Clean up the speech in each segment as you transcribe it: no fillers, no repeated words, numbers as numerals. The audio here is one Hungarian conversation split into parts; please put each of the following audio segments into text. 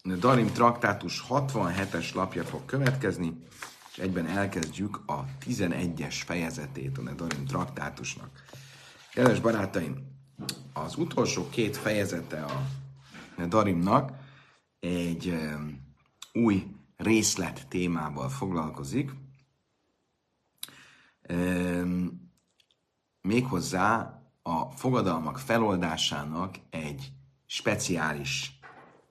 Darim traktátus 67-es lapja fog következni, és egyben elkezdjük a 11-es fejezetét a Darim traktátusnak. Kedves barátaim, az utolsó két fejezete a Darimnak egy új részlet témával foglalkozik, méghozzá a fogadalmak feloldásának egy speciális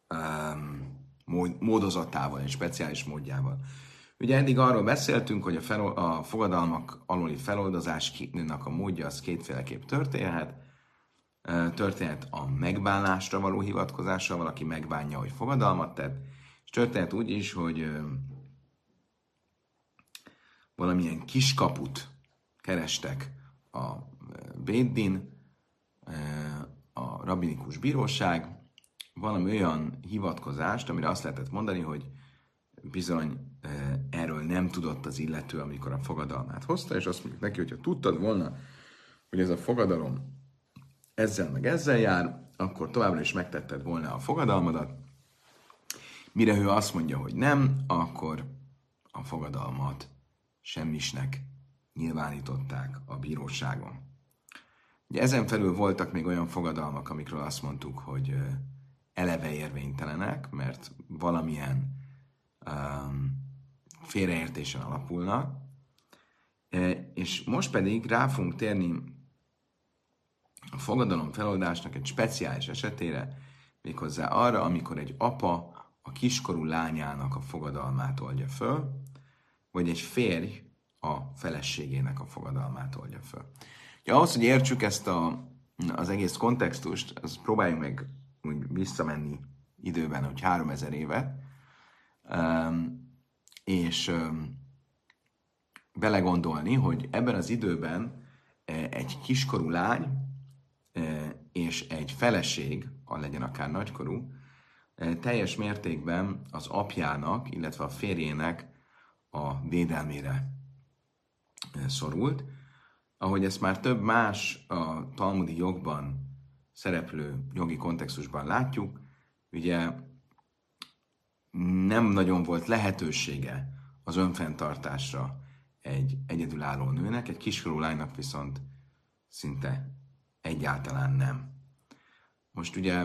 módozatával, egy speciális módjával. Ugye eddig arról beszéltünk, hogy a fogadalmak aluli feloldozásnak a módja az kétféleképp történhet. Történhet a megbánásra való hivatkozással, valaki megbánja, hogy fogadalmat tett, és történhet úgy is, hogy valamilyen kiskaput kerestek a Béddin, a rabbinikus bíróság, valami olyan hivatkozást, amire azt lehetett mondani, hogy bizony erről nem tudott az illető, amikor a fogadalmát hozta, és azt mondjuk neki, hogyha tudtad volna, hogy ez a fogadalom ezzel meg ezzel jár, akkor továbbra is megtetted volna a fogadalmadat. Mire ő azt mondja, hogy nem, akkor a fogadalmat semmisnek nyilvánították a bíróságon. Ugye ezen felül voltak még olyan fogadalmak, amikről azt mondtuk, hogy eleve érvénytelenek, mert valamilyen félreértésen alapulnak, és most pedig rá fogunk térni a fogadalom feloldásnak egy speciális esetére, méghozzá arra, amikor egy apa a kiskorú lányának a fogadalmát oldja föl, vagy egy férj a feleségének a fogadalmát oldja föl. Ja, ahhoz, hogy értsük ezt az egész kontextust, az próbáljunk meg úgy visszamenni időben, hogy 3000 évet, és belegondolni, hogy ebben az időben egy kiskorú lány és egy feleség, ha legyen akár nagykorú, teljes mértékben az apjának, illetve a férjének a védelmére szorult. Ahogy ezt már több más a talmudi jogban szereplő jogi kontextusban látjuk, ugye nem nagyon volt lehetősége az önfenntartásra egy egyedülálló nőnek, egy kiskorú lánynak viszont szinte egyáltalán nem. Most ugye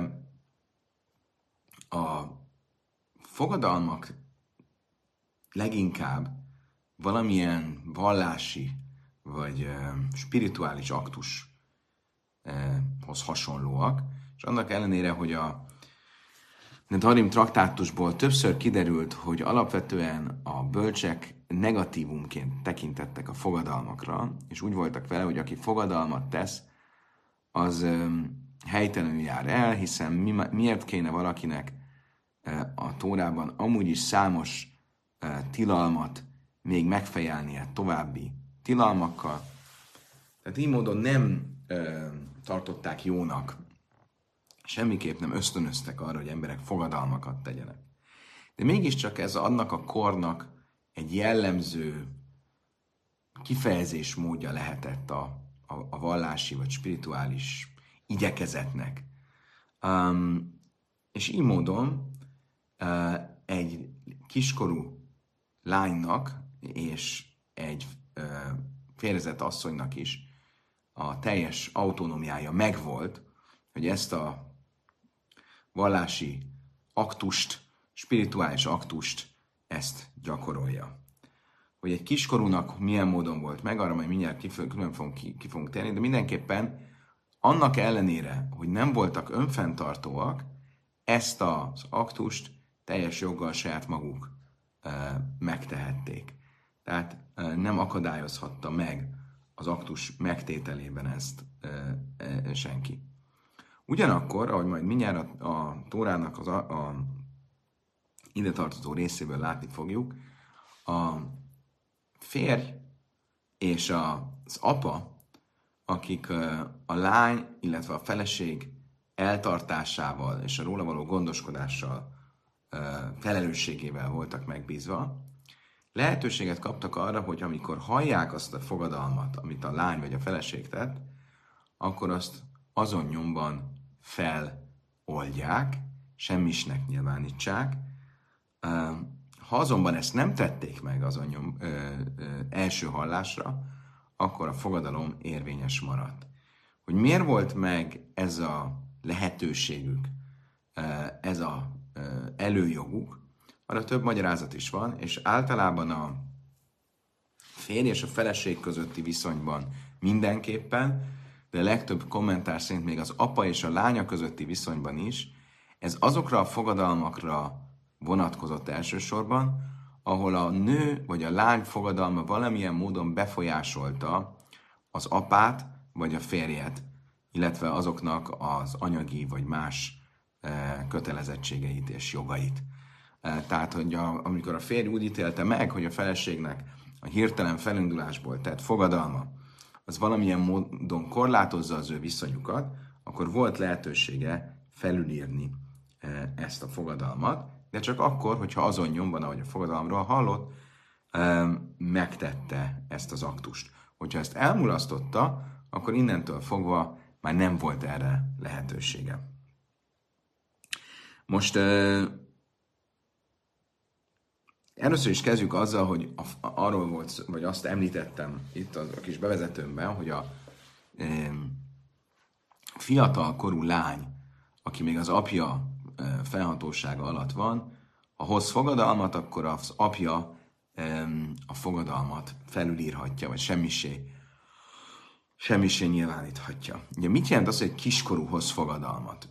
a fogadalmak leginkább valamilyen vallási vagy spirituális aktushoz hasonlóak, és annak ellenére, hogy a Darim traktátusból többször kiderült, hogy alapvetően a bölcsek negatívumként tekintettek a fogadalmakra, és úgy voltak vele, hogy aki fogadalmat tesz, az helytelenül jár el, hiszen miért kéne valakinek a Tórában amúgy is számos tilalmat még megfejelnie további tilalmakkal. Tehát így módon nem tartották jónak, semmiképp nem ösztönöztek arra, hogy emberek fogadalmakat tegyenek. De mégiscsak ez annak a kornak egy jellemző kifejezés módja lehetett a vallási vagy spirituális igyekezetnek. És így módon egy kiskorú lánynak és egy férjezett asszonynak is a teljes autonómiája megvolt, hogy ezt a vallási aktust, spirituális aktust ezt gyakorolja. Hogy egy kiskorúnak milyen módon volt meg, arra majd mindjárt külön fogunk térni, de mindenképpen annak ellenére, hogy nem voltak önfenntartóak, ezt az aktust teljes joggal saját maguk megtehették. Tehát nem akadályozhatta meg az aktus megtételében ezt senki. Ugyanakkor, ahogy majd mindjárt a Tórának a ide tartozó részéből látni fogjuk, a férj és az apa, akik a lány, illetve a feleség eltartásával és a róla való gondoskodással, felelősségével voltak megbízva, lehetőséget kaptak arra, hogy amikor hallják azt a fogadalmat, amit a lány vagy a feleség tett, akkor azt azon nyomban feloldják, semmisnek nyilvánítsák. Ha azonban ezt nem tették meg azon első hallásra, akkor a fogadalom érvényes maradt. Hogy miért volt meg ez a lehetőségük, ez a előjoguk, arra több magyarázat is van, és általában a férj és a feleség közötti viszonyban mindenképpen, de a legtöbb kommentár szerint még az apa és a lánya közötti viszonyban is, ez azokra a fogadalmakra vonatkozott elsősorban, ahol a nő vagy a lány fogadalma valamilyen módon befolyásolta az apát vagy a férjet, illetve azoknak az anyagi vagy más kötelezettségeit és jogait. Tehát, hogy amikor a férj úgy ítélte meg, hogy a feleségnek a hirtelen felindulásból tett fogadalma, az valamilyen módon korlátozza az ő viszonyukat, akkor volt lehetősége felülírni ezt a fogadalmat, de csak akkor, hogyha azon nyomban, ahogy a fogadalomról hallott, megtette ezt az aktust. Hogyha ezt elmulasztotta, akkor innentől fogva már nem volt erre lehetősége. Most először is kezdjük azzal, hogy arról volt, vagy azt említettem itt a kis bevezetőmben, hogy a fiatal korú lány, aki még az apja felhatósága alatt van, ha hoz fogadalmat, akkor az apja a fogadalmat felülírhatja, vagy semmisé nyilváníthatja. Ugye mit jelent az, hogy egy kiskorú hoz fogadalmat?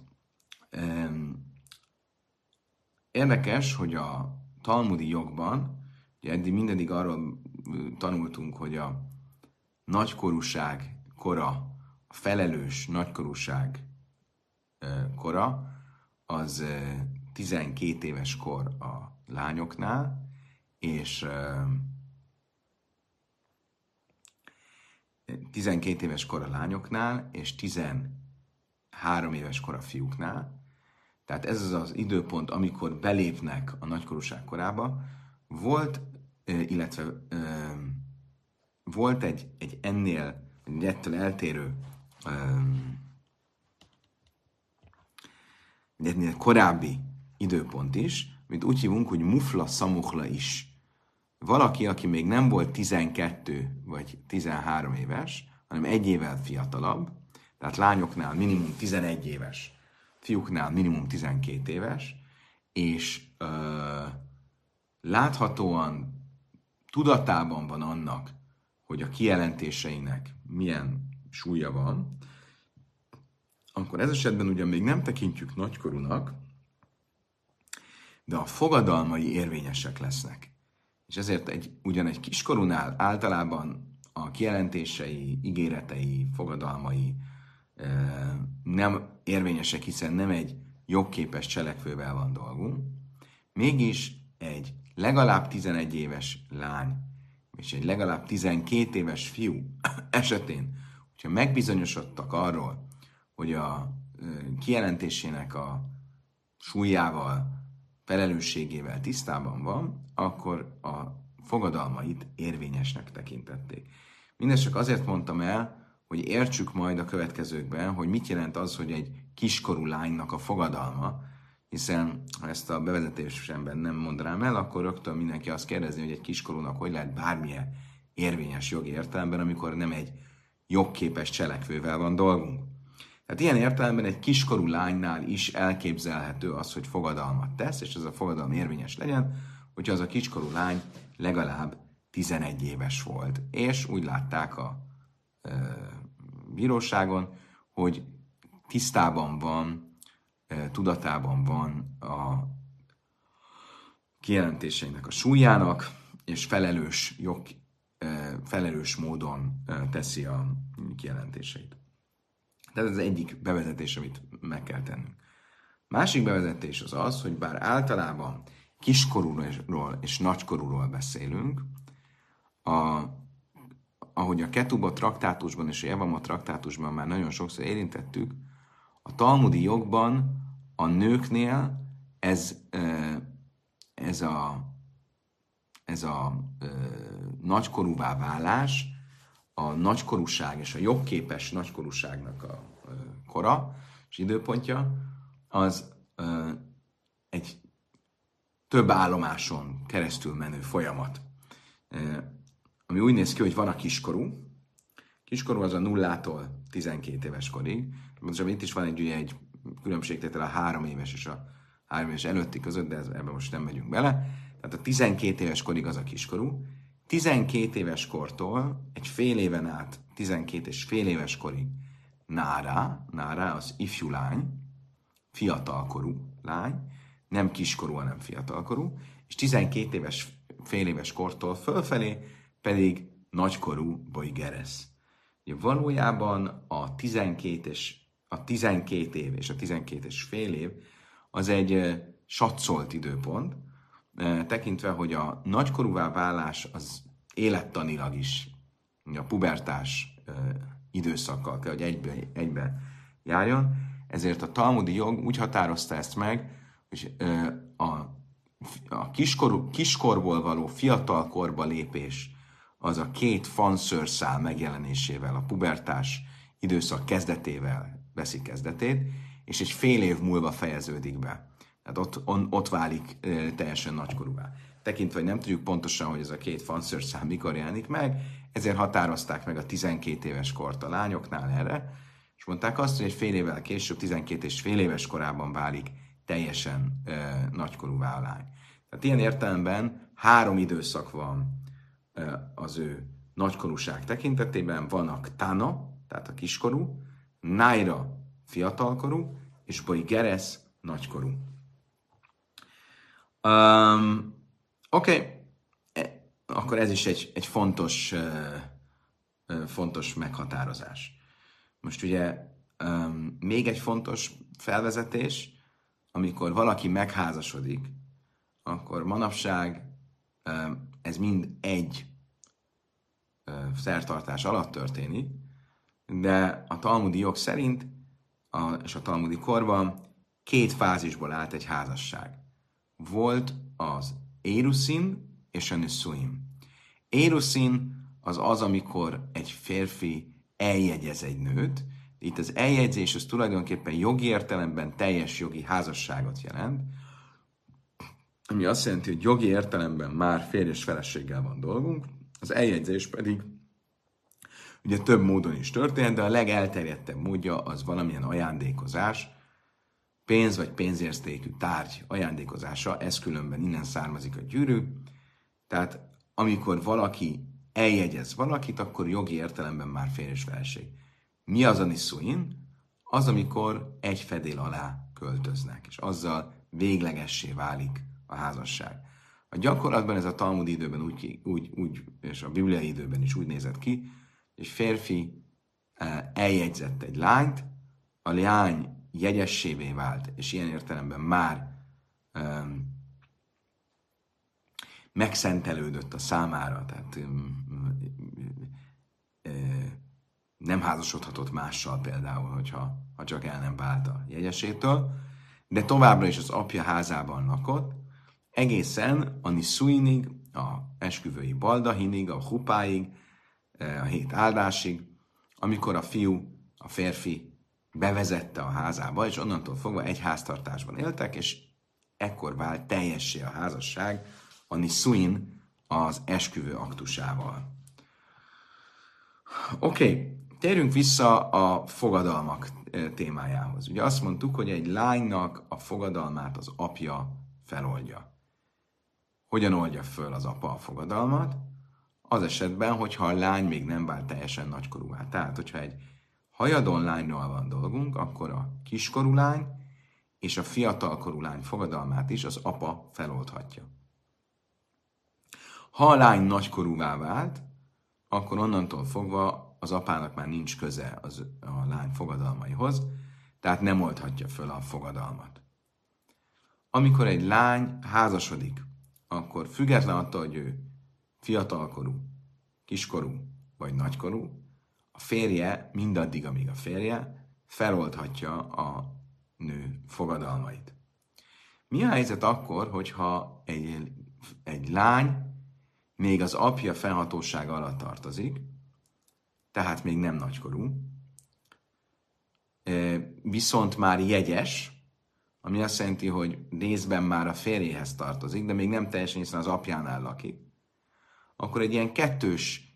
Érdekes, hogy a talmudi jogban, ugye eddig mindedig arról tanultunk, hogy a nagykorúság kora, a felelős nagykorúság kora, az 12 éves kor a lányoknál, és 12 éves kor a lányoknál, és 13 éves kor a fiúknál. Tehát ez az az időpont, amikor belépnek a nagykorúság korába. Volt egy ettől eltérő, egy ennél korábbi időpont is, amit úgy hívunk, hogy mufla szamuhla is. Valaki, aki még nem volt 12 vagy 13 éves, hanem egy évvel fiatalabb, tehát lányoknál minimum 11 éves, fiúknál minimum 12 éves, és láthatóan tudatában van annak, hogy a kijelentéseinek milyen súlya van, akkor ez esetben ugyan még nem tekintjük nagykorúnak, de a fogadalmai érvényesek lesznek. És ezért ugyan egy kiskorúnál általában a kijelentései, ígéretei, fogadalmai nem érvényesek, hiszen nem egy jogképes cselekvővel van dolgunk. Mégis egy legalább 11 éves lány és egy legalább 12 éves fiú esetén, hogyha megbizonyosodtak arról, hogy a kijelentésének a súlyával, felelősségével tisztában van, akkor a fogadalmait érvényesnek tekintették. Mindezt csak azért mondtam el, hogy értsük majd a következőkben, hogy mit jelent az, hogy egy kiskorú lánynak a fogadalma, hiszen ha ezt a bevezetésemben nem mondanám el, akkor rögtön mindenki azt kérdezi, hogy egy kiskorúnak hogy lehet bármilyen érvényes jogi értelemben, amikor nem egy jogképes cselekvővel van dolgunk. Tehát ilyen értelemben egy kiskorú lánynál is elképzelhető az, hogy fogadalmat tesz, és ez a fogadalom érvényes legyen, hogyha az a kiskorú lány legalább 11 éves volt. És úgy látták a bíróságon, hogy tisztában van, tudatában van a kijelentéseinek a súlyának, és felelős módon teszi a kijelentéseit. Tehát ez az egyik bevezetés, amit meg kell tennünk. Másik bevezetés az az, hogy bár általában kiskorúról és nagykorúról beszélünk, ahogy a Ketuba traktátusban és a Jevama traktátusban már nagyon sokszor érintettük, a talmudi jogban a nőknél ez a nagykorúvá válás, a nagykorúság és a jogképes nagykorúságnak a kora és időpontja, az egy több állomáson keresztül menő folyamat, ami úgy néz ki, hogy van a kiskorú. Kiskorú az a 0-tól 12 éves korig. Most itt is van egy különbségtétel a 3 éves és a 3 éves előtti között, de ebben most nem megyünk bele. Tehát a 12 éves korig az a kiskorú. 12 éves kortól egy fél éven át 12 és fél éves korig nára az ifjú lány, fiatalkorú lány, nem kiskorú, hanem fiatalkorú, és 12 éves, fél éves kortól fölfelé pedig nagykorú bolygeresz. Valójában a 12 év és a 12 és fél év az egy satszolt időpont, tekintve, hogy a nagykorúvá válás az élettanilag is a pubertás időszakkal kell, hogy egybe járjon. Ezért a talmudi jog úgy határozta ezt meg, hogy a kiskorból való fiatalkorba lépés az a két fanszőrszál megjelenésével, a pubertás időszak kezdetével veszi kezdetét, és egy fél év múlva fejeződik be. Tehát ott válik teljesen nagykorúvá. Tekintve, hogy nem tudjuk pontosan, hogy ez a két fanszőrszál mikor jelenik meg, ezért határozták meg a 12 éves kort a lányoknál erre, és mondták azt, hogy egy fél évvel később, 12 és fél éves korában válik teljesen nagykorúvá a lány. Tehát ilyen értelemben 3 időszak van az ő nagykorúság tekintetében. Vannak Tana, tehát a kiskorú, Naira fiatalkorú, és Bolygeresz nagykorú. Oké. Akkor ez is egy fontos meghatározás. Most ugye még egy fontos felvezetés, amikor valaki megházasodik, akkor manapság ez mind egy szertartás alatt történik, de a talmudi jog szerint és a talmudi korban 2 fázisból állt egy házasság. Volt az éruszin és a nüszuim. Éruszin az, amikor egy férfi eljegyez egy nőt. Itt az eljegyzés az tulajdonképpen jogi értelemben teljes jogi házasságot jelent, ami azt jelenti, hogy jogi értelemben már férj és feleséggel van dolgunk, az eljegyzés pedig ugye több módon is történt, de a legelterjedtebb módja az valamilyen ajándékozás, pénz vagy pénzértékű tárgy ajándékozása, ez különben innen származik a gyűrű. Tehát amikor valaki eljegyez valakit, akkor jogi értelemben már férj és feleség. Mi az a niszuin? Az, amikor egy fedél alá költöznek, és azzal véglegessé válik a házasság. A gyakorlatban ez a talmudi időben úgy és a bibliai időben is úgy nézett ki, hogy egy férfi eljegyzett egy lányt, a lány jegyessévé vált, és ilyen értelemben már megszentelődött a számára, tehát nem házasodhatott mással például, ha csak el nem vált a jegyesétől, de továbbra is az apja házában lakott, egészen a niszuinig, a esküvői baldahinig, a hupáig, a 7 áldásig, amikor a férfi bevezette a házába, és onnantól fogva egy háztartásban éltek, és ekkor vált teljessé a házasság a niszuin az esküvő aktusával. Oké, térjünk vissza a fogadalmak témájához. Ugye azt mondtuk, hogy egy lánynak a fogadalmát az apja feloldja. Hogyan oldja föl az apa a fogadalmat? Az esetben, hogyha a lány még nem vált teljesen nagykorúvá. Tehát, hogyha egy hajadon lányról van dolgunk, akkor a kiskorú lány és a fiatalkorú lány fogadalmát is az apa feloldhatja. Ha a lány nagykorúvá vált, akkor onnantól fogva az apának már nincs köze a lány fogadalmaihoz, tehát nem oldhatja föl a fogadalmat. Amikor egy lány házasodik, akkor független attól, hogy ő fiatalkorú, kiskorú vagy nagykorú, a férje mindaddig, amíg a férje feloldhatja a nő fogadalmait. Mi a helyzet akkor, hogyha egy lány még az apja fennhatósága alatt tartozik, tehát még nem nagykorú, viszont már jegyes, ami azt jelenti, hogy részben már a férjéhez tartozik, de még nem teljesen, hiszen az apjánál lakik, akkor egy ilyen kettős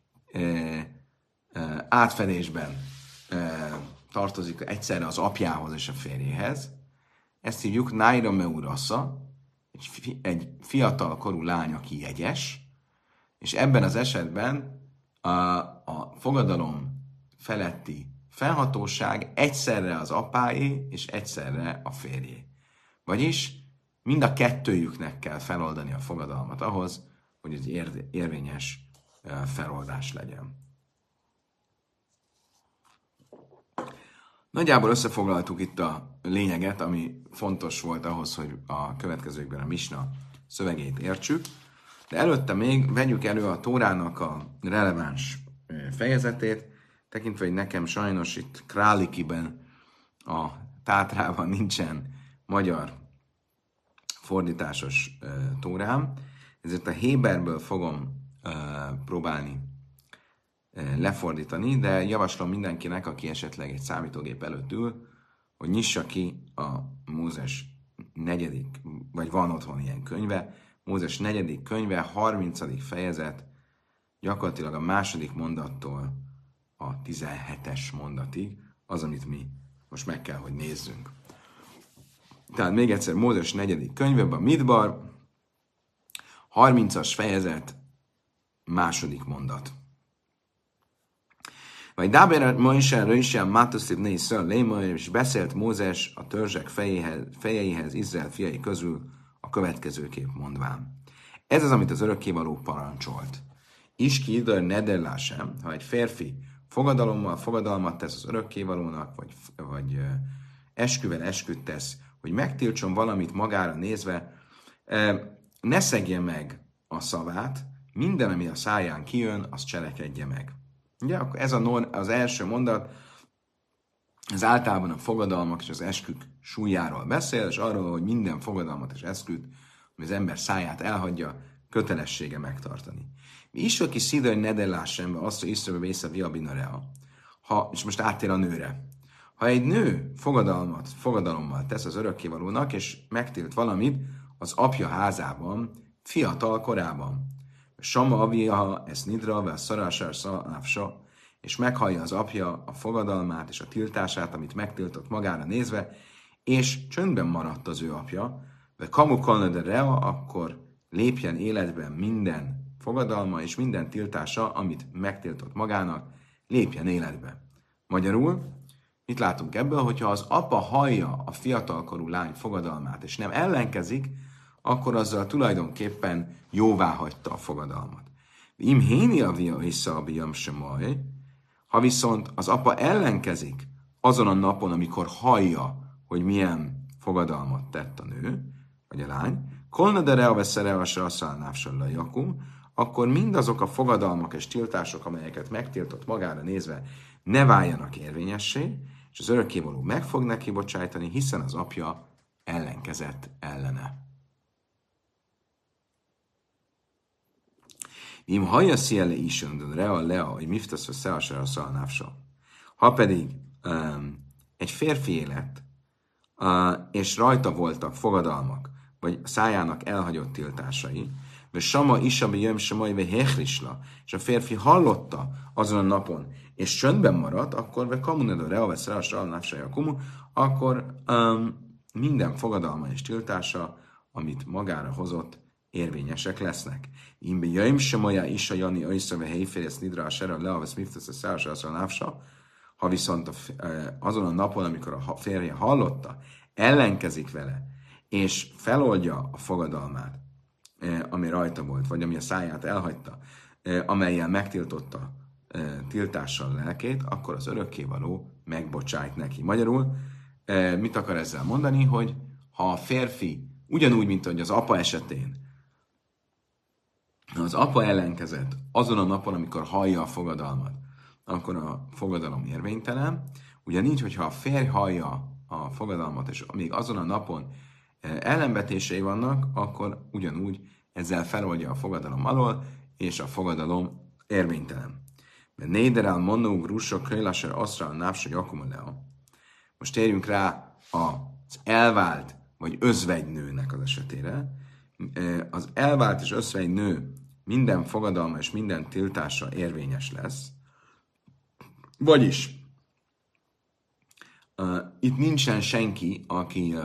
átfedésben tartozik egyszerre az apjához és a férjéhez. Ezt hívjuk Naira Meurasza, egy fiatal korú lány, aki jegyes, és ebben az esetben a fogadalom feletti fennhatóság egyszerre az apáé és egyszerre a férjé. Vagyis mind a kettőjüknek kell feloldani a fogadalmat ahhoz, hogy egy érvényes feloldás legyen. Nagyjából összefoglaltuk itt a lényeget, ami fontos volt ahhoz, hogy a következőkben a misna szövegét értsük, de előtte még vegyük elő a Tórának a releváns fejezetét, tekintve, hogy nekem sajnos itt Králikiben, a Tátrában nincsen magyar fordításos Tórám, ezért a Héberből fogom próbálni lefordítani, de javaslom mindenkinek, aki esetleg egy számítógép előtt ül, hogy nyissa ki a Mózes 4., vagy van otthon ilyen könyve, Mózes 4. könyve, 30. fejezet, gyakorlatilag a második mondattól a 17-es mondatig, az, amit mi most meg kell, hogy nézzünk. Tehát még egyszer Mózes 4. könyveben, Midbar, 30-as fejezet, második mondat. Vagy Dáber Mojse Röjsel Mátuszib Néször Lémaj, és beszélt Mózes a törzsek fejeihez Izrael fiai közül a következőképp mondván. Ez az, amit az örökkévaló parancsolt. Iski idő nederlásem, ha egy férfi fogadalmat tesz az örökkévalónak, vagy esküvel esküt tesz, hogy megtiltson valamit magára nézve, ne szegje meg a szavát, minden, ami a száján kijön, azt cselekedje meg. Ugye, akkor ez az első mondat, ez általában a fogadalmak és az eskük súlyáról beszél, és arról, hogy minden fogadalmat és esküt, ami az ember száját elhagyja, kötelessége megtartani. Mi is, aki szidő nedellásembe azt, hogy iszrebe vész a viabinarea. És most áttér a nőre. Ha egy nő fogadalommal tesz az örökkévalónak, és megtilt valamit az apja házában, fiatal korában, Sama aviaha, ezt nidra, ve szarásár szalávsa, és meghallja az apja a fogadalmát és a tiltását, amit megtiltott magára nézve, és csöndben maradt az ő apja, ve kamukolna de rea, akkor lépjen életben minden fogadalma és minden tiltása, amit megtiltott magának, lépjen életbe. Magyarul, mit látunk ebből, hogyha az apa hallja a fiatalkorú lány fogadalmát, és nem ellenkezik, akkor azzal tulajdonképpen jóvá hagyta a fogadalmat. Im héni avia vissza a biam semaj, ha viszont az apa ellenkezik azon a napon, amikor hallja, hogy milyen fogadalmat tett a nő, vagy a lány, kolna de rea veszere a saszalnávsalla jakum, akkor mindazok a fogadalmak és tiltások, amelyeket megtiltott magára nézve, ne váljanak érvényessé, és az örökkévaló meg fog neki bocsájtani, hiszen az apja ellenkezett ellene. Im haja sziele isön, rea lea, hogy miftasz a szeasra szalnávsa. Ha pedig egy férfi élet, és rajta voltak fogadalmak, vagy szájának elhagyott tiltásai, vagy sama isabi jöjjön samaj, vagy hechrisla, és a férfi hallotta azon a napon, és csöndben maradt, akkor ve kamunedor rea vesz rá a salnávsája kumu, akkor minden fogadalma és tiltása, amit magára hozott, érvényesek lesznek. Imbe jöjjön samaja isa jani ajszave helyférjesz nidra a sera lea vesz miftasz a szárasra návsa, ha viszont azon a napon, amikor a férje hallotta, ellenkezik vele, és feloldja a fogadalmát, ami rajta volt, vagy ami a száját elhagyta, amellyel megtiltotta tiltással lelkét, akkor az örökkévaló megbocsájt neki. Magyarul mit akar ezzel mondani, hogy ha a férfi ugyanúgy, mint hogy az apa esetén, az apa ellenkezett azon a napon, amikor hallja a fogadalmat, akkor a fogadalom érvénytelen. Ugyanígy, hogyha a férj hallja a fogadalmat, és még azon a napon ellenvetései vannak, akkor ugyanúgy ezzel feloldja a fogadalom alól, és a fogadalom érvénytelen. Mert néderel monóg russok kröjlasser aszrál návsa jakumalea. Most térjünk rá az elvált vagy özvegynőnek az esetére, az elvált és özvegynő minden fogadalma és minden tiltása érvényes lesz. Vagyis itt nincsen senki, aki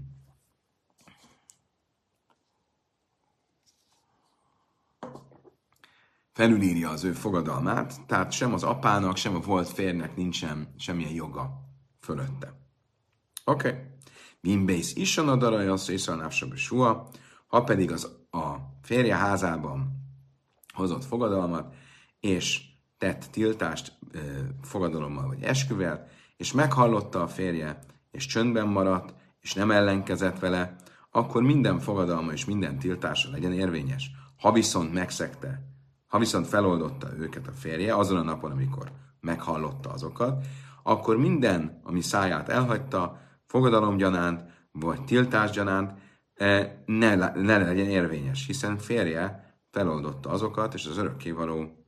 felülírja az ő fogadalmát, tehát sem az apának, sem a volt férnek nincsen semmilyen joga fölötte. Oké. Bimbész is a nadaraj, az észalnávsabb suha, ha pedig a férje házában hozott fogadalmat, és tett tiltást fogadalommal vagy esküvel, és meghallotta a férje, és csöndben maradt, és nem ellenkezett vele, akkor minden fogadalma és minden tiltása legyen érvényes. Ha viszont megszegte, ha viszont feloldotta őket a férje azon a napon, amikor meghallotta azokat, akkor minden, ami száját elhagyta, fogadalomgyanánt, vagy tiltásgyanánt, ne legyen érvényes, hiszen férje feloldotta azokat, és az örökkévaló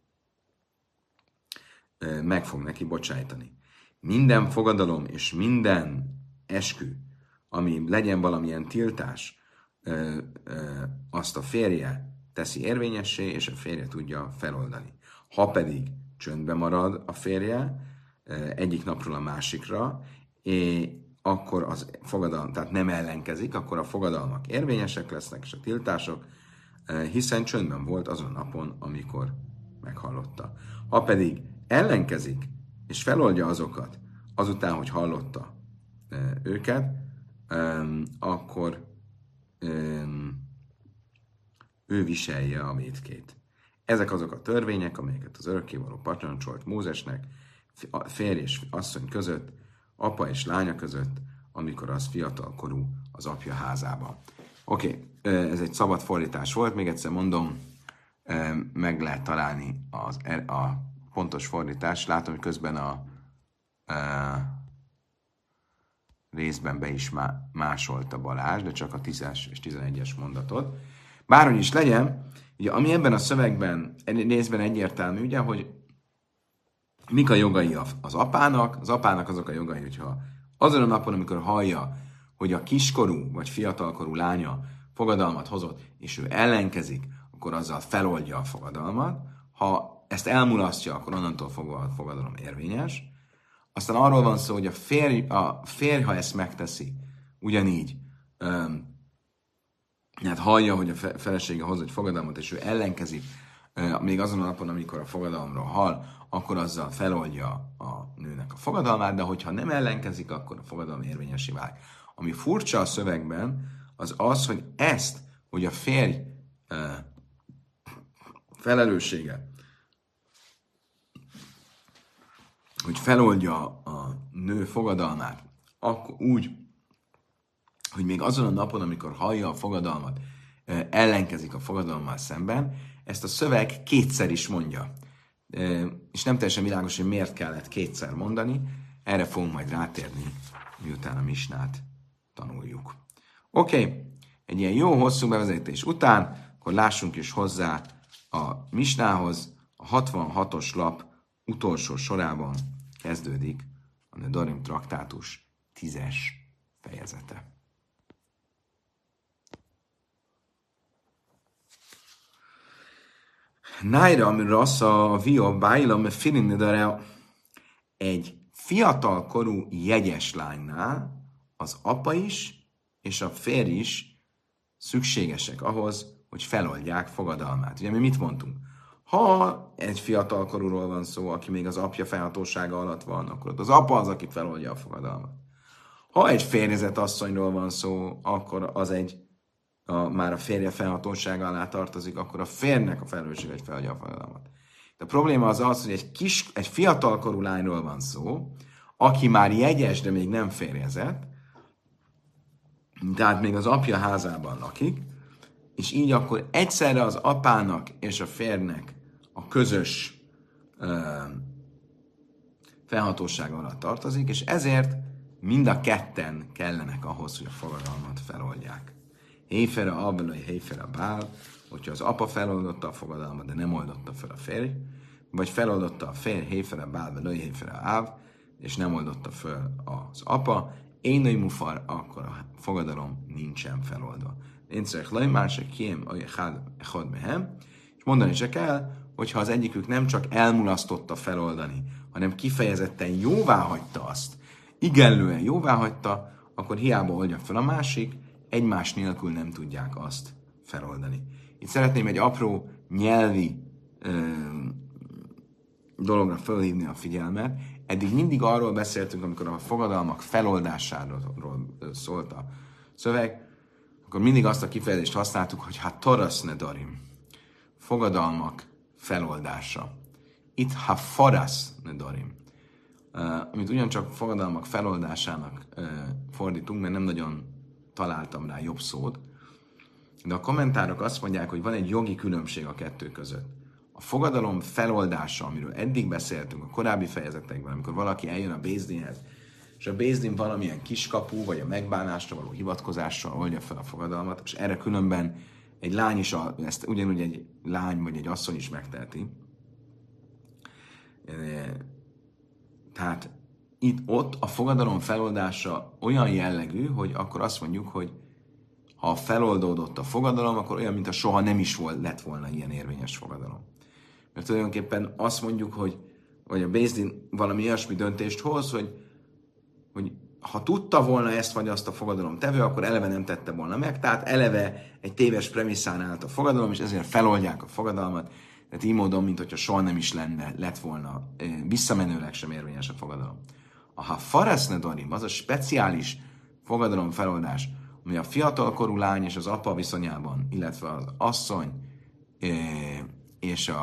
meg fog neki bocsájtani. Minden fogadalom és minden eskü, ami legyen valamilyen tiltás, azt a férje teszi érvényessé, és a férje tudja feloldani. Ha pedig csöndbe marad a férje egyik napról a másikra, akkor az fogadalom, tehát nem ellenkezik, akkor a fogadalmak érvényesek lesznek, és a tiltások, hiszen csöndben volt azon a napon, amikor meghallotta. Ha pedig ellenkezik, és feloldja azokat, azután, hogy hallotta őket, akkor ő viselje a vétkét. Ezek azok a törvények, amelyeket az örökkévaló parancsolt Mózesnek, férj és asszony között, apa és lánya között, amikor az fiatalkorú az apja házában. Oké, ez egy szabad fordítás volt, még egyszer mondom, meg lehet találni a pontos fordítást. Látom, hogy közben a részben be is másolta Balázs, de csak a 10-es és 11-es mondatot. Bárhogy is legyen, ugye, ami ebben a szövegben részben egyértelmű, ugye, hogy mik a jogai az apának azok a jogai, hogyha azon a napon, amikor hallja, hogy a kiskorú vagy fiatalkorú lánya fogadalmat hozott, és ő ellenkezik, akkor azzal feloldja a fogadalmat. Ha ezt elmulasztja, akkor onnantól fogva a fogadalom érvényes. Aztán arról van szó, hogy a férj ha ezt megteszi, ugyanígy, hát hallja, hogy a felesége hoz egy fogadalmat, és ő ellenkezik, még azon a napon, amikor a fogadalomról hall, akkor azzal feloldja a nőnek a fogadalmát, de hogyha nem ellenkezik, akkor a fogadalom érvényessé válik. Ami furcsa a szövegben, az az, hogy ezt, hogy a férj felelőssége, hogy feloldja a nő fogadalmát, akkor úgy, hogy még azon a napon, amikor hallja a fogadalmat, ellenkezik a fogadalommal szemben, ezt a szöveg kétszer is mondja. És nem teljesen világos, hogy miért kellett kétszer mondani, erre fogunk majd rátérni, miután a misnát tanuljuk. Oké, egy ilyen jó hosszú bevezetés után, akkor lássunk is hozzá a misnához. A 66-os lap utolsó sorában kezdődik a Nedarim traktátus 10-es fejezete. Nájra, amire az a via bájlam filinidare egy fiatalkorú jegyes lánynál az apa is és a férj is szükségesek ahhoz, hogy feloldják fogadalmát. Ugye mi mit mondtunk? Ha egy fiatalkorúról van szó, aki még az apja felhatósága alatt van, akkor ott az apa az, aki feloldja a fogadalmat. Ha egy férjezett asszonyról van szó, akkor az már a férje felhatósága alá tartozik, akkor a férnek a felelőssége, hogy feladja a fogadalmat. De a probléma az az, hogy egy fiatalkorú lányról van szó, aki már jegyes, de még nem férjezett, tehát még az apja házában lakik, és így akkor egyszerre az apának és a férnek a közös felhatósága alatt tartozik, és ezért mind a ketten kellenek ahhoz, hogy a fogadalmat feloldják. Héfere abelai, héfere bál, hogyha az apa feloldotta a fogadalmat, de nem oldotta fel a férj, vagy feloldotta a férj, héfere bál, belőj, héfere áv, és nem oldotta fel az apa, Énai mufar, akkor a fogadalom nincsen feloldva. Én szerek lajmár se kiem, echad mehem, és mondani se kell, hogyha az egyikük nem csak elmulasztotta feloldani, hanem kifejezetten jóvá hagyta azt, igenlően jóvá hagyta, akkor hiába oldja fel a másik, egymás nélkül nem tudják azt feloldani. Itt szeretném egy apró nyelvi dologra felhívni a figyelmet. Eddig mindig arról beszéltünk, amikor a fogadalmak feloldásáról szólt a szöveg, akkor mindig azt a kifejezést használtuk, hogy hát torasz nedarim, fogadalmak feloldása. Itt ha farasz nedarim, amit ugyancsak fogadalmak feloldásának fordítunk, mert nem nagyon találtam rá jobb szót, de a kommentárok azt mondják, hogy van egy jogi különbség a kettő között. A fogadalom feloldása, amiről eddig beszéltünk a korábbi fejezetekben, amikor valaki eljön a Bézdinhez, és a Bézdin valamilyen kiskapu, vagy a megbánásra való hivatkozással oldja fel a fogadalmat, és erre különben egy lány is, ezt ugyanúgy egy lány vagy egy asszony is megteheti. Tehát ott a fogadalom feloldása olyan jellegű, hogy akkor azt mondjuk, hogy ha feloldódott a fogadalom, akkor olyan, mintha soha nem is lett volna ilyen érvényes fogadalom. Mert tulajdonképpen azt mondjuk, hogy a Bézdin valami olyasmi döntést hoz, hogy ha tudta volna ezt vagy azt a fogadalom tevő, akkor eleve nem tette volna meg, tehát eleve egy téves premisszán állt a fogadalom, és ezért feloldják a fogadalmat, tehát így módon, mint hogyha soha nem is lett volna, visszamenőleg sem érvényes a fogadalom. Ha faraszne dorim, az a speciális fogadalom feloldás, ami a fiatalkorú lány és az apa viszonyában, illetve az asszony és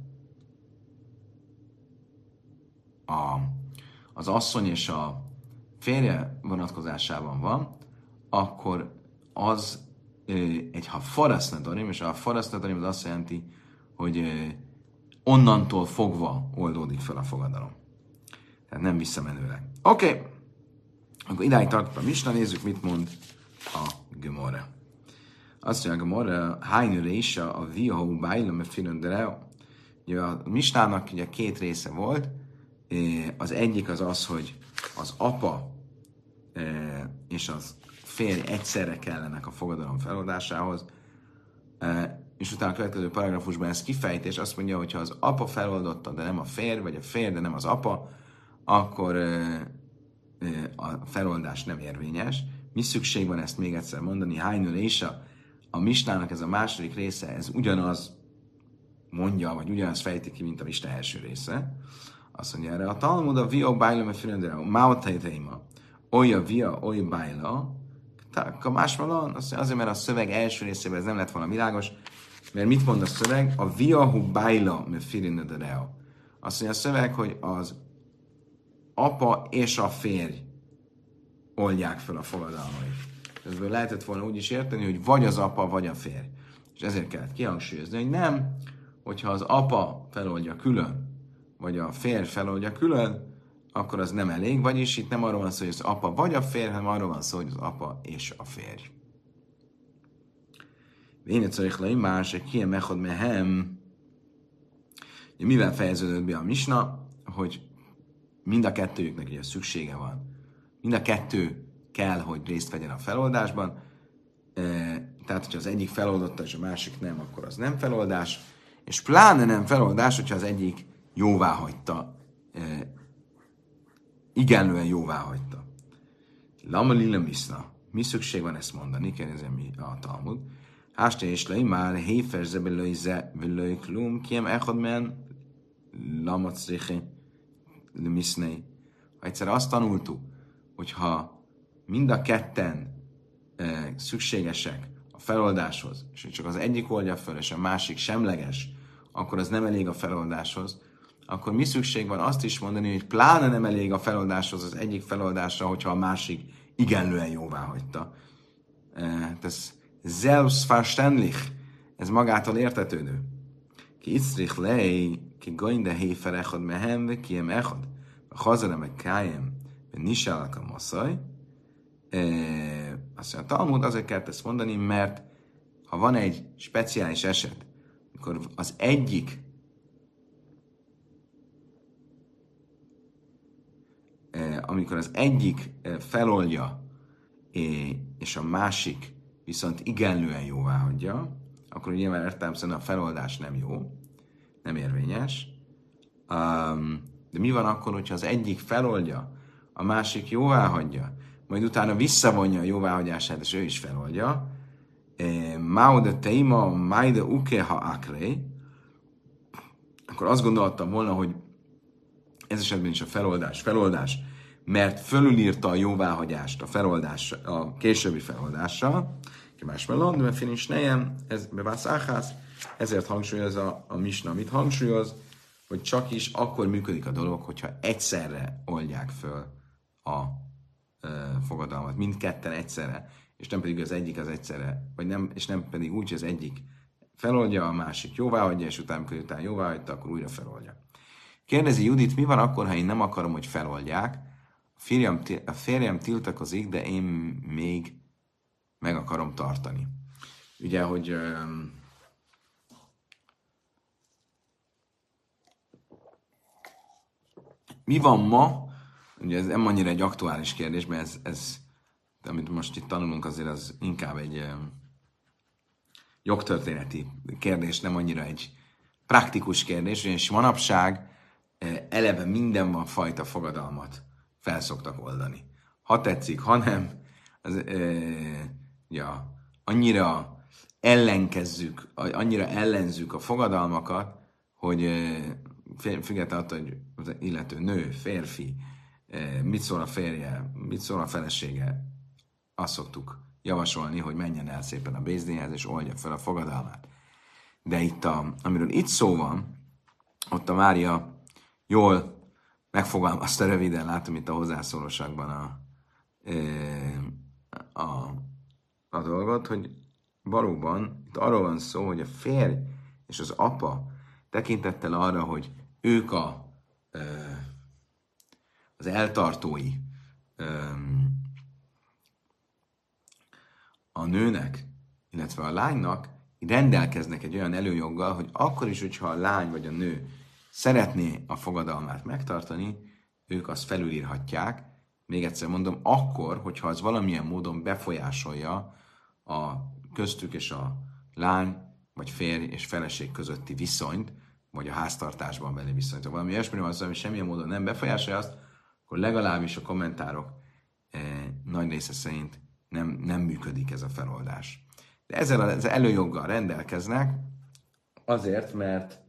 az asszony és a férje vonatkozásában van, akkor az egy ha farasznedarim, és a farasznedarim az azt jelenti, hogy onnantól fogva oldódik fel a fogadalom. Tehát nem visszamenőleg. Oké. Akkor idáig tartott a misna, nézzük, mit mond a Gemara. Azt mondja a Gemara, hányőre is a viahó bájlom a firöndere. Ugye a misnának ugye két része volt. Az egyik az, hogy az apa és az férj egyszerre kellenek a fogadalom feloldásához, és utána a következő paragrafusban ez kifejtés, azt mondja, hogy ha az apa feloldotta, de nem a férj, vagy a férj, de nem az apa, akkor a feloldás nem érvényes. Mi szükség van ezt még egyszer mondani? Hánynő és a misnának ez a második része, ez ugyanaz mondja, vagy ugyanaz fejti ki, mint a misna első része. Azt mondja erre, a Talmud a via bájla me firendere, máotajtaima, oly via, oly bájla, a másmalon, azért, mert a szöveg első részében ez nem lett volna világos, mert mit mond a szöveg? A viahu bájla me firendere. Azt mondja a szöveg, hogy az apa és a férj oldják fel a fogadalmait. Ezből lehetett volna úgy is érteni, hogy vagy az apa, vagy a férj. És ezért kellett kihangsúlyozni, hogy nem, hogyha az apa feloldja külön, vagy a férj feloldja külön, akkor az nem elég, vagyis itt nem arról van szó, hogy az apa vagy a férj, hanem arról van szó, hogy az apa és a férj. Én egyszerűen lai más, egy kiem echad mehem. Mivel fejeződött be a misna, hogy mind a kettőjüknek ugye szüksége van. Mind a kettő kell, hogy részt vegyen a feloldásban. Tehát, hogyha az egyik feloldotta, és a másik nem, akkor az nem feloldás. És pláne nem feloldás, hogyha az egyik jóvá hagyta, igenlően jóvá hagyta. Lama lila miszna. Mi szükség van ezt mondani? Kérdezem mi a Talmud. Háste és lei már héfer zebelői ze velői klum, kiem echad men lama criche misznei. Ha egyszer azt tanultuk, hogyha mind a ketten szükségesek a feloldáshoz, és csak az egyik oldja fel, és a másik semleges, akkor az nem elég a feloldáshoz, akkor mi szükség van azt is mondani, hogy pláne nem elég a feloldáshoz az egyik feloldásra, hogyha a másik igenlően jóvá hagyta. Ez selbstverständlich, ez magától értetődő. Ki iszrich lej, ki goinde héfer echad mehem, ki em echad, a hazara meg kájem, nisálak a masszaj. Azt mondja, a Talmud azért kellett ezt mondani, mert ha van egy speciális eset, amikor az egyik amikor az egyik feloldja, és a másik viszont igenlően jóvá hagyja, akkor nyilván értelemszerűen a feloldás nem jó, nem érvényes. De mi van akkor, hogyha az egyik feloldja, a másik jóvá hagyja, majd utána visszavonja a jóváhagyását, és ő is feloldja. Maude teima, maide uke ha akré, akkor azt gondoltam volna, hogy ez esetben is a feloldás, mert fölülírta a jóváhagyást a későbbi feloldással, másmilyen de finis nejem, ez bevászáház, ezért hangsúlyozza a misna, amit hangsúlyoz, hogy csak is akkor működik a dolog, hogyha egyszerre oldják föl a fogadalmat, mindketten egyszerre, és nem pedig az egyik az egyszerre, és nem pedig úgy, hogy az egyik feloldja, a másik jóváhagyja, és utána jóváhagyta, akkor újra feloldja. Kérdezi Judit, mi van akkor, ha én nem akarom, hogy feloldják? A férjem tiltakozik, de én még meg akarom tartani. Ugye, hogy mi van ma? Ugye ez nem annyira egy aktuális kérdés, mert ez amit most itt tanulunk, azért az inkább egy jogtörténeti kérdés, nem annyira egy praktikus kérdés, ugyanis manapság eleve minden van fajta fogadalmat felszoktak oldani. Ha tetszik, ha nem, annyira annyira ellenzzük a fogadalmakat, hogy függetlenül attól, hogy az illető nő, férfi, mit szól a férje, mit szól a felesége, azt szoktuk javasolni, hogy menjen el szépen a bézdénhez, és oldja fel a fogadalmát. De itt, amiről itt szó van, ott a Mária jól megfogalmazta röviden, látom itt a hozzászólósakban a dolgot, hogy valóban itt arról van szó, hogy a férj és az apa tekintettel arra, hogy ők az eltartói a nőnek, illetve a lánynak rendelkeznek egy olyan előjoggal, hogy akkor is, hogyha a lány vagy a nő szeretné a fogadalmát megtartani, ők azt felülírhatják. Még egyszer mondom, akkor, hogyha az valamilyen módon befolyásolja a köztük és a lány, vagy férj és feleség közötti viszonyt, vagy a háztartásban belé viszonyt. Ha valami ilyesmiről van szó, ami semmilyen módon nem befolyásolja azt, akkor legalábbis a kommentárok nagy része szerint nem működik ez a feloldás. De ezzel az előjoggal rendelkeznek, azért, mert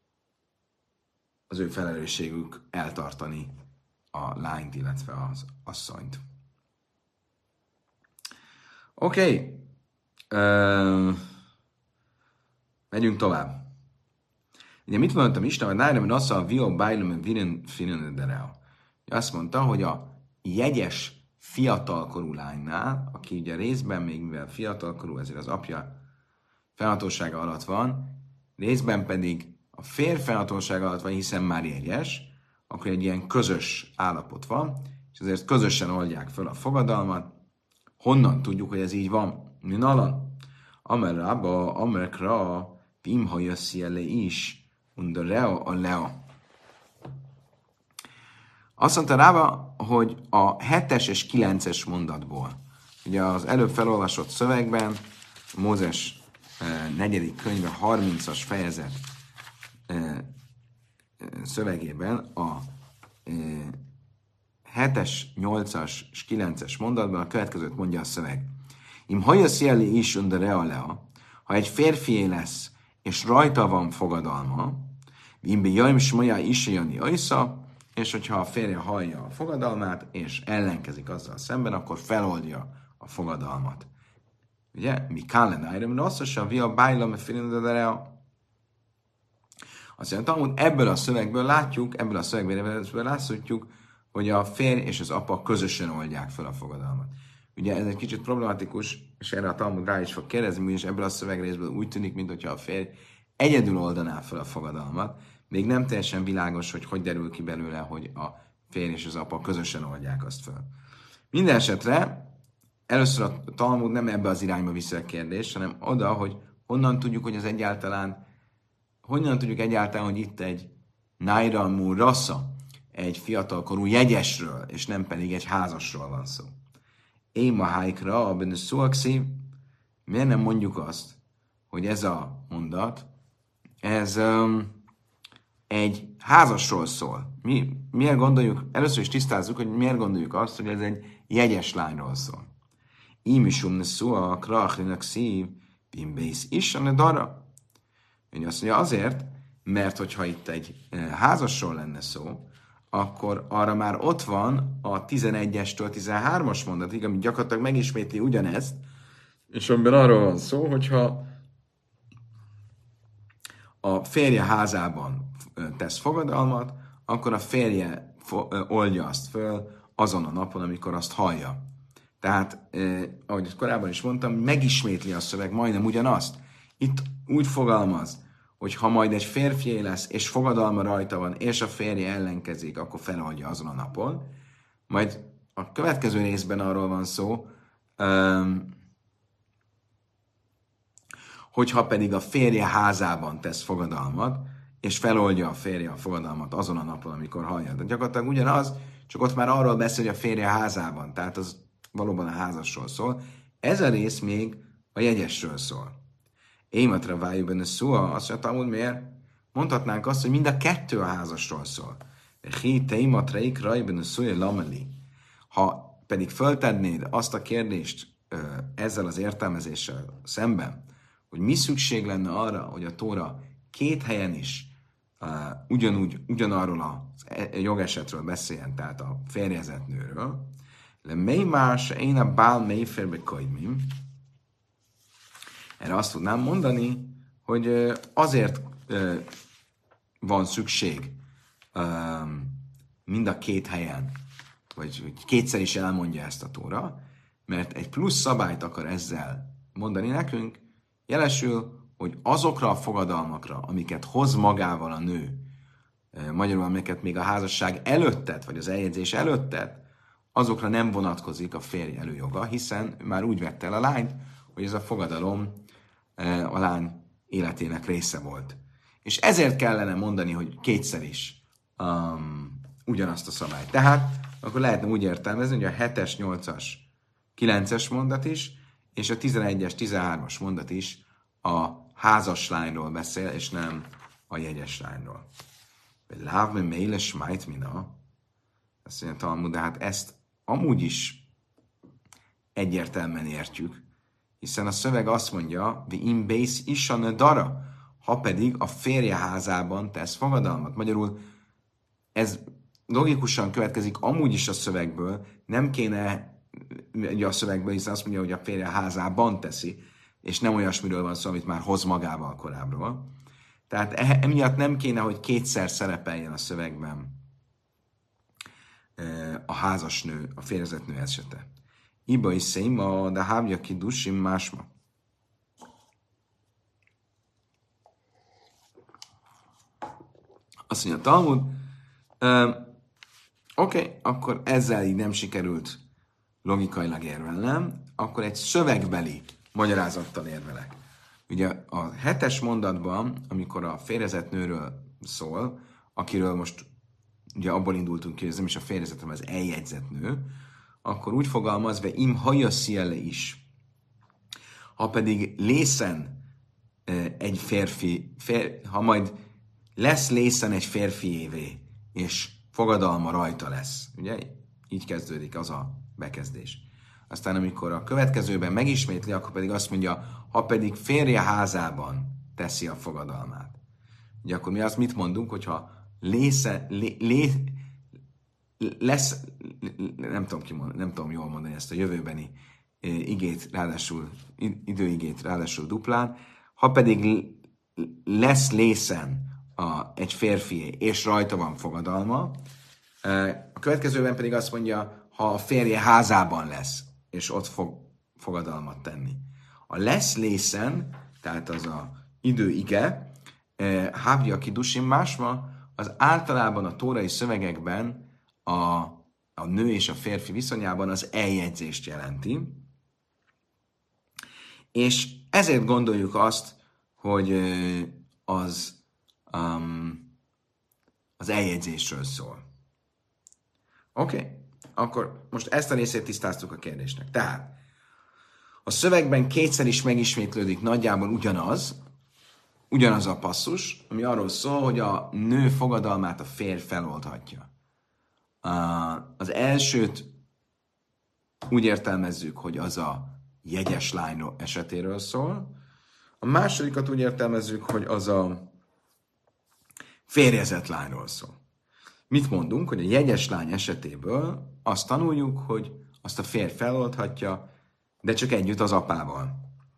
az ő felelősségük eltartani a lányt, illetve az asszonyt. Oké. Megyünk tovább. Ugye mit mondtam Isten, hogy nájra, mert a vio bájlom, viren finönöderel. Azt mondta, hogy a jegyes fiatalkorú lánynál, aki ugye részben még mivel fiatalkorú, ezért az apja fennhatósága alatt van, részben pedig a férj fennhatósága alatt van, hiszen már jegyes, akkor egy ilyen közös állapot van, és ezért közösen oldják föl a fogadalmat. Honnan tudjuk, hogy ez így van? Minalan? Amerrába, amerkra, imha jössziele is, under reo a leo. Azt mondta Rába, hogy a 7-es és 9-es mondatból, ugye az előbb felolvasott szövegben, Mózes 4. könyve 30-as fejezet szövegében a 7-es, 8-as és 9-es mondatban a következőt mondja a szöveg. Im hajaszieli is under realea, ha egy férfié lesz, és rajta van fogadalma, imbe jaim smoja is jönni ajsza, és hogyha a férje hallja a fogadalmát, és ellenkezik azzal szemben, akkor feloldja a fogadalmat. Ugye? Mi kállenájra, mert azt mondja, via bájlam a filindaderea. Azt mondja, ebből a szövegből látjuk, hogy a férj és az apa közösen oldják fel a fogadalmat. Ugye ez egy kicsit problematikus, és erre a Talmud rá is fog kérdezni, ugyanis ebből a szövegrészből úgy tűnik, mintha a férj egyedül oldaná fel a fogadalmat. Még nem teljesen világos, hogy derül ki belőle, hogy a férj és az apa közösen oldják azt fel. Minden esetre először a Talmud nem ebbe az irányba viszi a kérdést, hanem oda, hogy honnan tudjuk, hogy hogy itt egy nájra mú rassza, egy fiatalkorú jegyesről, és nem pedig egy házasról van szó. Éma hájkra, a benne szóaxi, miért nem mondjuk azt, hogy ez a mondat, ez egy házasról szól. Miért gondoljuk, először is tisztázzuk, hogy miért gondoljuk azt, hogy ez egy jegyes lányról szól. Ímisum szó a krachlinak szív, bimbész is a dara. Ugye azt mondja azért, mert hogyha itt egy házasról lenne szó, akkor arra már ott van a 11-estől 13-as mondatig, ami gyakorlatilag megismétli ugyanezt, és amiben arról van szó, hogyha a férje házában tesz fogadalmat, akkor a férje oldja azt föl azon a napon, amikor azt hallja. Tehát, ahogy korábban is mondtam, megismétli a szöveg majdnem ugyanazt. Itt úgy fogalmaz, hogy ha majd egy férfié lesz, és fogadalma rajta van, és a férje ellenkezik, akkor feloldja azon a napon. Majd a következő részben arról van szó, hogyha pedig a férje házában tesz fogadalmat, és feloldja a férje a fogadalmat azon a napon, amikor hallja. De gyakorlatilag ugyanaz, csak ott már arról beszél, hogy a férje házában, tehát az valóban a házasról szól. Ez a rész még a jegyesről szól. Ématra váljuk benne szó, azt mondja, Talmud, miért? Mondhatnánk azt, hogy mind a kettő a házasról szól. Ha pedig föltennéd azt a kérdést ezzel az értelmezéssel szemben, hogy mi szükség lenne arra, hogy a Tóra két helyen is ugyanarról a jogesetről beszéljen, tehát a férjezett nőről, le mely más, én a bál mely férbe kajdmim. Erre azt tudnám mondani, hogy azért van szükség mind a két helyen, vagy kétszer is elmondja ezt a Tóra, mert egy plusz szabályt akar ezzel mondani nekünk, jelesül, hogy azokra a fogadalmakra, amiket hoz magával a nő, magyarul amiket még a házasság előtt tett, vagy az eljegyzés előtt tett, azokra nem vonatkozik a férj előjoga, hiszen már úgy vette el a lányt, hogy ez a fogadalom a lány életének része volt. És ezért kellene mondani, hogy kétszer is ugyanazt a szabályt. Tehát akkor lehetne úgy értelmezni, hogy a 7-es, 8-as, 9-es mondat is, és a 11-es, 13-as mondat is a házas lányról beszél, és nem a jegyes lányról. Lávme méle smajt mina. Azt mondja Talmud, de hát ezt amúgy is egyértelműen értjük, hiszen a szöveg azt mondja, vi im bész isane dara, ha pedig a férje házában tesz fogadalmat. Magyarul ez logikusan következik amúgy is a szövegből, nem kéne ugye a szövegből, hiszen azt mondja, hogy a férje házában teszi, és nem olyasmiről van szó, amit már hoz magával korábbról. Tehát emiatt nem kéne, hogy kétszer szerepeljen a szövegben a házasnő, a férjezett nő esete. Iba is széma, de hávja ki dusim másma. Azt mondja Talmud, oké, akkor ezzel így nem sikerült logikailag érvelnem, akkor egy szövegbeli magyarázattal érvelek. Ugye a 7-es mondatban, amikor a férjezett nőről szól, akiről most ugye abból indultunk ki, hogy ez nem is a férjezett, hanem az eljegyzett nő, akkor úgy fogalmazva, im hajasziele is. Ha pedig lészen egy férfi, ha majd lesz lészen egy férfiévé, és fogadalma rajta lesz. Ugye? Így kezdődik az a bekezdés. Aztán amikor a következőben megismétli, akkor pedig azt mondja, ha pedig férje házában teszi a fogadalmát. Ugye akkor mi azt mit mondunk, hogyha lesz, nem tudom jól mondani ezt a jövőbeni igét, ráadásul időigét, ráadásul duplán, ha pedig lesz lészen egy férfié, és rajta van fogadalma, a következőben pedig azt mondja, ha a férje házában lesz, és ott fog fogadalmat tenni. A lesz lészen, tehát az a időige, hávja kidusim másma, az általában a tórai szövegekben a nő és a férfi viszonyában az eljegyzést jelenti. És ezért gondoljuk azt, hogy az eljegyzésről szól. Oké. Akkor most ezt a részét tisztáztuk a kérdésnek. Tehát a szövegben kétszer is megismétlődik nagyjából ugyanaz a passzus, ami arról szól, hogy a nő fogadalmát a férj feloldhatja. Az elsőt úgy értelmezzük, hogy az a jegyes lány esetéről szól, a másodikat úgy értelmezzük, hogy az a férjezett lányról szól. Mit mondunk, hogy a jegyes lány esetéből azt tanuljuk, hogy azt a férj feloldhatja, de csak együtt az apával.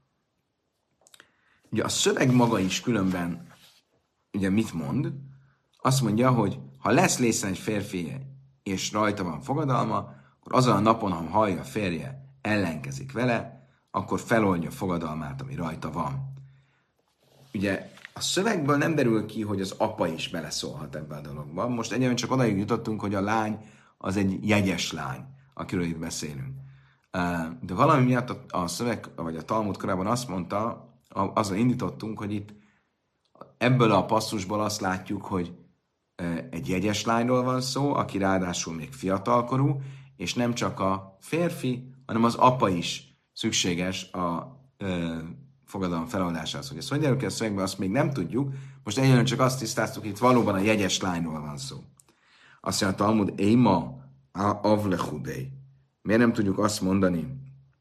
Ugye a szöveg maga is különben ugye mit mond? Azt mondja, hogy ha lesz lészen egy férfi, és rajta van fogadalma, akkor azon a napon, ha hallja a férje, ellenkezik vele, akkor feloldja a fogadalmát, ami rajta van. Ugye a szövegből nem derül ki, hogy az apa is beleszólhat ebbe a dologba. Most egyébként csak odaig jutottunk, hogy a lány az egy jegyes lány, akiről itt beszélünk. De valami miatt a szöveg, vagy a Talmud korábban azt mondta, azzal indítottunk, hogy itt ebből a passzusból azt látjuk, hogy egy jegyes lányról van szó, aki ráadásul még fiatalkorú, és nem csak a férfi, hanem az apa is szükséges a fogadalom feloldásához. Hogy ezt hogy derül ki a szövegben, azt még nem tudjuk. Most egyébként csak azt tisztáztuk, hogy itt valóban a jegyes lányról van szó. Azt mondja a Talmud, Éma avlechudei. Miért nem tudjuk azt mondani,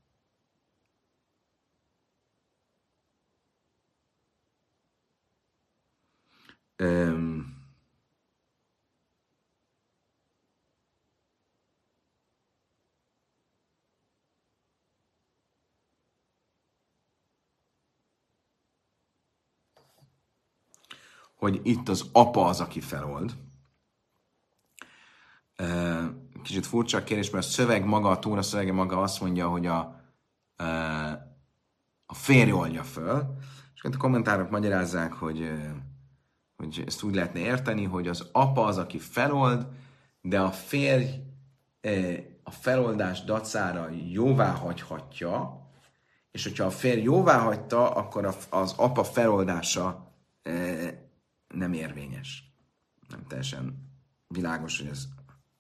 hogy itt az apa az, aki felold. Kicsit furcsa a kérdés, mert a szöveg maga, a Tóra szövege maga azt mondja, hogy a férj oldja föl, és a kommentárok magyarázzák, hogy ezt úgy lehetne érteni, hogy az apa az, aki felold, de a férj a feloldás dacára jóvá hagyhatja, és hogyha a férj jóvá hagyta, akkor az apa feloldása nem érvényes. Nem teljesen világos, hogy ez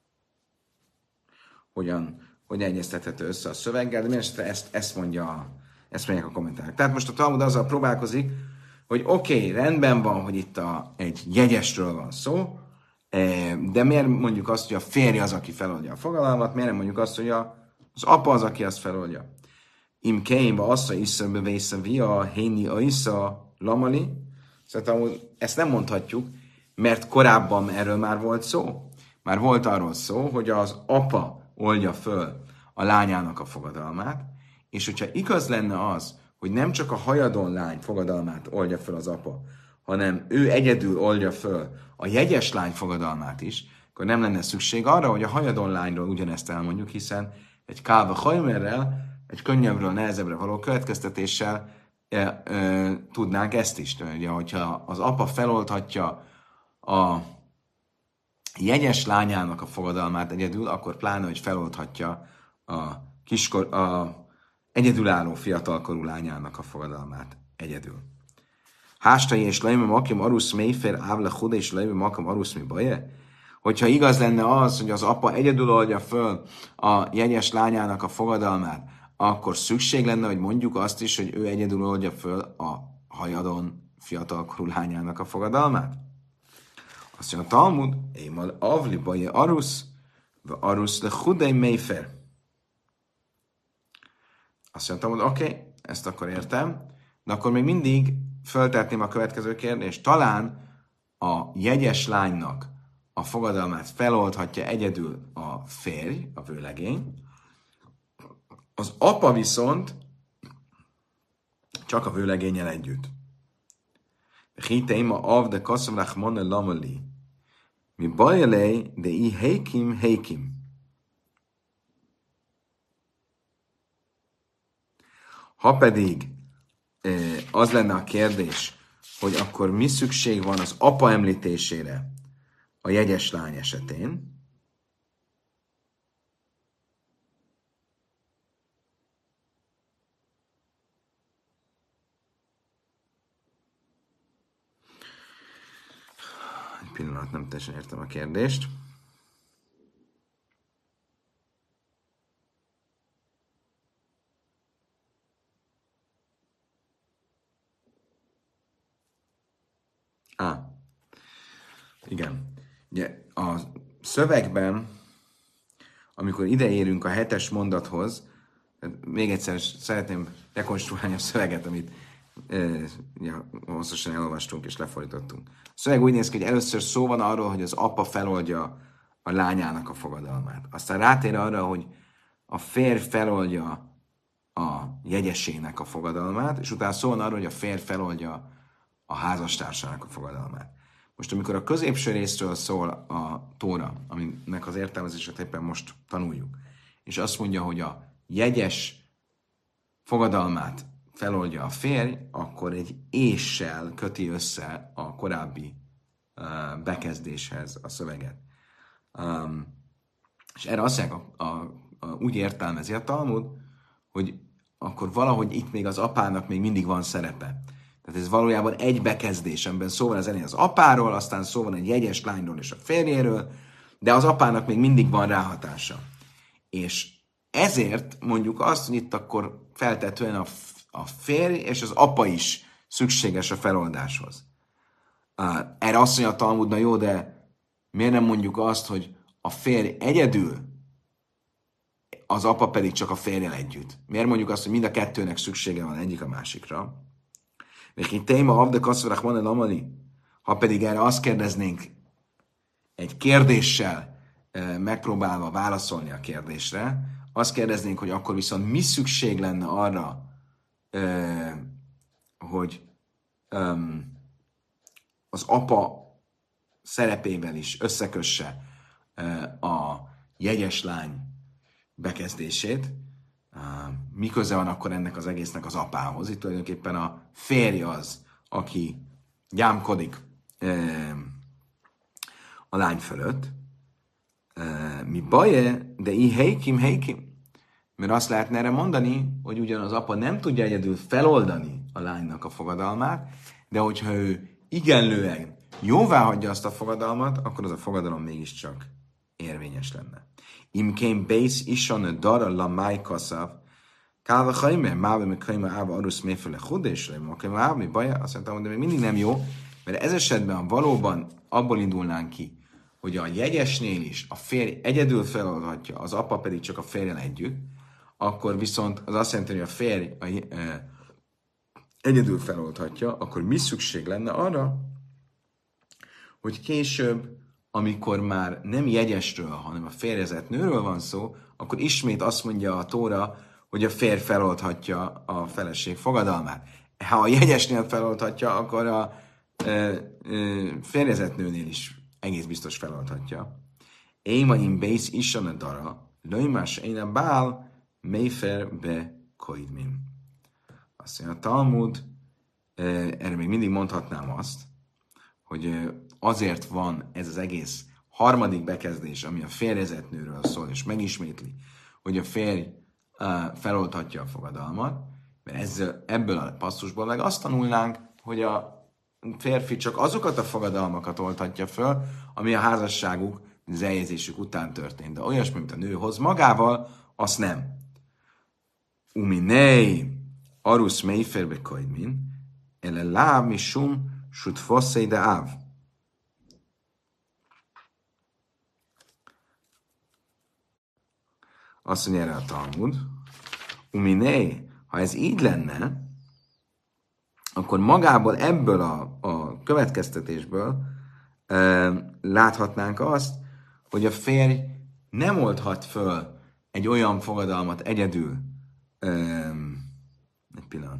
hogyan egyeztethető össze a szöveggel, de mindesetre ezt mondják a kommentárok. Tehát most a Talmud azzal próbálkozik, hogy oké, rendben van, hogy itt egy jegyesről van szó, de miért mondjuk azt, hogy a férj az, aki feloldja a fogadalmat, miért nem mondjuk azt, hogy az apa az, aki azt feloldja. Im keimba assza issza bevésza via héni a issza lamali. Szóval ezt nem mondhatjuk, mert korábban erről már volt szó. Már volt arról szó, hogy az apa oldja föl a lányának a fogadalmát, és hogyha igaz lenne az, hogy nem csak a hajadon lány fogadalmát oldja föl az apa, hanem ő egyedül oldja föl a jegyes lány fogadalmát is, akkor nem lenne szükség arra, hogy a hajadon lányról ugyanezt elmondjuk, hiszen egy kálva hajmerrel, egy könnyebbről, nehezebbre való következtetéssel tudnánk ezt is. Ugye, hogyha az apa feloldhatja a jegyes lányának a fogadalmát egyedül, akkor pláne, hogy feloldhatja a egyedülálló fiatalkorú lányának a fogadalmát egyedül. Hástai és lejme makim arusz méfer ávle huda és lejme makim arusz mi baje? Hogyha igaz lenne az, hogy az apa egyedül oldja föl a jegyes lányának a fogadalmát, akkor szükség lenne, hogy mondjuk azt is, hogy ő egyedül oldja föl a hajadon fiatalkorú lányának a fogadalmát? Azt mondja a Talmud, émal avli baje arusz, vagy arusz le hudei méfer. Azt mondja a Talmud, oké, ezt akkor értem, de akkor még mindig föltetném a következő kérdést. Talán a jegyes lánynak a fogadalmát feloldhatja egyedül a férj, a vőlegény, az apa viszont csak a vőlegénnyel együtt. Hiteima av de kasszavlach monne lamali. Mi bajelej, de i heikim. Ha pedig az lenne a kérdés, hogy akkor mi szükség van az apa említésére a jegyes lány esetén, egy pillanat, nem teljesen értem a kérdést. Igen. Ugye a szövegben, amikor ideérünk a 7-es mondathoz, még egyszer szeretném rekonstruálni a szöveget, amit ugye, hosszasan elolvastunk és lefordítottunk. A szöveg úgy néz ki, hogy először szó van arról, hogy az apa feloldja a lányának a fogadalmát. Aztán rátér arra, hogy a férj feloldja a jegyesének a fogadalmát, és utána szó van arról, hogy a férj feloldja a házastársának a fogadalmát. Most, amikor a középső részről szól a Tóra, aminek az értelmezését éppen most tanuljuk, és azt mondja, hogy a jegyes fogadalmát feloldja a férj, akkor egy éssel köti össze a korábbi bekezdéshez a szöveget. És erre azt mondják, úgy értelmezi a Talmud, hogy akkor valahogy itt még az apának még mindig van szerepe. Tehát ez valójában egy bekezdés, amiben szó van az elején az apáról, aztán szó van egy jegyes lányról és a férjéről, de az apának még mindig van ráhatása. És ezért mondjuk azt, hogy itt akkor feltetően a férj és az apa is szükséges a feloldáshoz. Erre azt mondja a Talmud, na jó, de miért nem mondjuk azt, hogy a férj egyedül, az apa pedig csak a férjel együtt? Miért mondjuk azt, hogy mind a kettőnek szüksége van egyik a másikra? Ha pedig erre azt kérdeznénk egy kérdéssel megpróbálva válaszolni a kérdésre, azt kérdeznénk, hogy akkor viszont mi szükség lenne arra, hogy az apa szerepével is összekösse a jegyes lány bekezdését. Mi köze van akkor ennek az egésznek az apához? Itt tulajdonképpen a férj az, aki gyámkodik a lány fölött. Mi baje, de heikim. Mert azt lehetne erre mondani, hogy ugyan az apa nem tudja egyedül feloldani a lánynak a fogadalmát, de hogyha ő igenlően jóvá hagyja azt a fogadalmat, akkor az a fogadalom mégiscsak érvényes lenne. Imkén bész isan dara la májkaszav, kálva hajme, máve meg hajme áva arusz méfele hudésre, makáma áva mi baja, azt mondtam, de még mindig nem jó, mert ez esetben valóban abból indulnánk ki, hogy a jegyesnél is a férj egyedül feloldhatja, az apa pedig csak a férjel együtt, akkor viszont az azt jelenti, hogy a férj egyedül feloldhatja, akkor mi szükség lenne arra, hogy később, amikor már nem jegyesről, hanem a férjezett nőről van szó, akkor ismét azt mondja a Tóra, hogy a férj feloldhatja a feleség fogadalmát. Ha a jegyesnél feloldhatja, akkor a férjezett nőnél is egész biztos feloldhatja. Éma in bész isan a dara, löjmás én a bál, méfer be koidmin. Azt mondja a Talmud, erre még mindig mondhatnám azt, hogy azért van ez az egész harmadik bekezdés, ami a férjezett nőről szól, és megismétli, hogy a férj feloldhatja a fogadalmat, mert ebből a passzusból meg azt tanulnánk, hogy a férfi csak azokat a fogadalmakat oldhatja föl, ami a házasságuk, az eljegyzésük után történt. De olyasmi, mint a nő hoz magával, azt nem. Uminei arus meiferbe koidmin, ele láb misum sut fosszei de áv. Azt mondja erre a Talmud, uminei, ha ez így lenne, akkor magából ebből a következtetésből láthatnánk azt, hogy a férj nem oldhat föl egy olyan fogadalmat egyedül. Egy pillanat.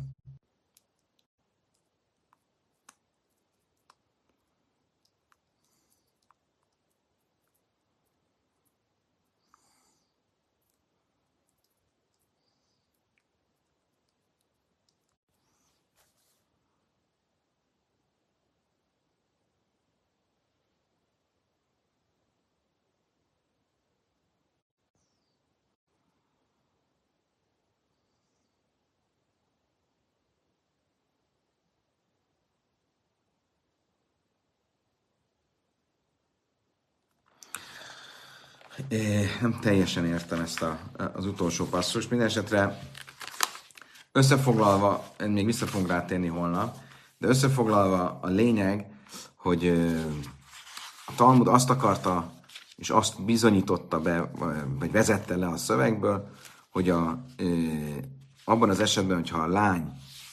Nem teljesen értem ezt az utolsó passzust. Mindenesetre összefoglalva, még vissza fogunk rátérni holnap, de összefoglalva a lényeg, hogy a Talmud azt akarta, és azt bizonyította be, vagy vezette le a szövegből, hogy abban az esetben, hogyha a lány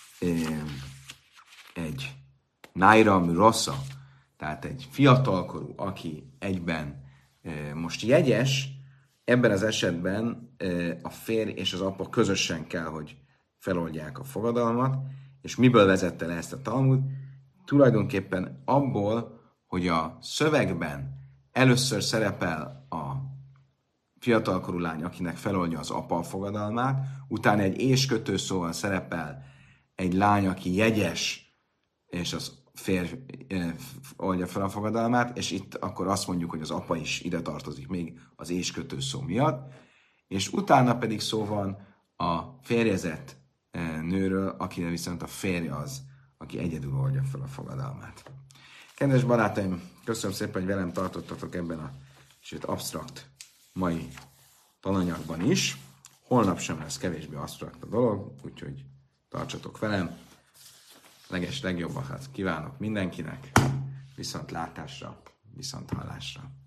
egy nájra rossza, tehát egy fiatalkorú, aki egyben most jegyes, ebben az esetben a férj és az apa közösen kell, hogy feloldják a fogadalmat, és miből vezette le ezt a Talmud? Tulajdonképpen abból, hogy a szövegben először szerepel a fiatalkorú lány, akinek feloldja az apa a fogadalmát, utána egy és-kötőszóval szerepel egy lány, aki jegyes, és az férj oldja fel a fogadalmát, és itt akkor azt mondjuk, hogy az apa is ide tartozik még az és-kötőszó miatt, és utána pedig szó van a férjezett nőről, akire viszont a férje az, aki egyedül oldja fel a fogadalmát. Kedves barátaim, köszönöm szépen, hogy velem tartottatok ebben a sőt absztrakt mai tananyagban is. Holnap sem lesz kevésbé absztrakt a dolog, úgyhogy tartsatok velem. Leges legjobbakat kívánok mindenkinek. Viszont látásra, viszont hallásra.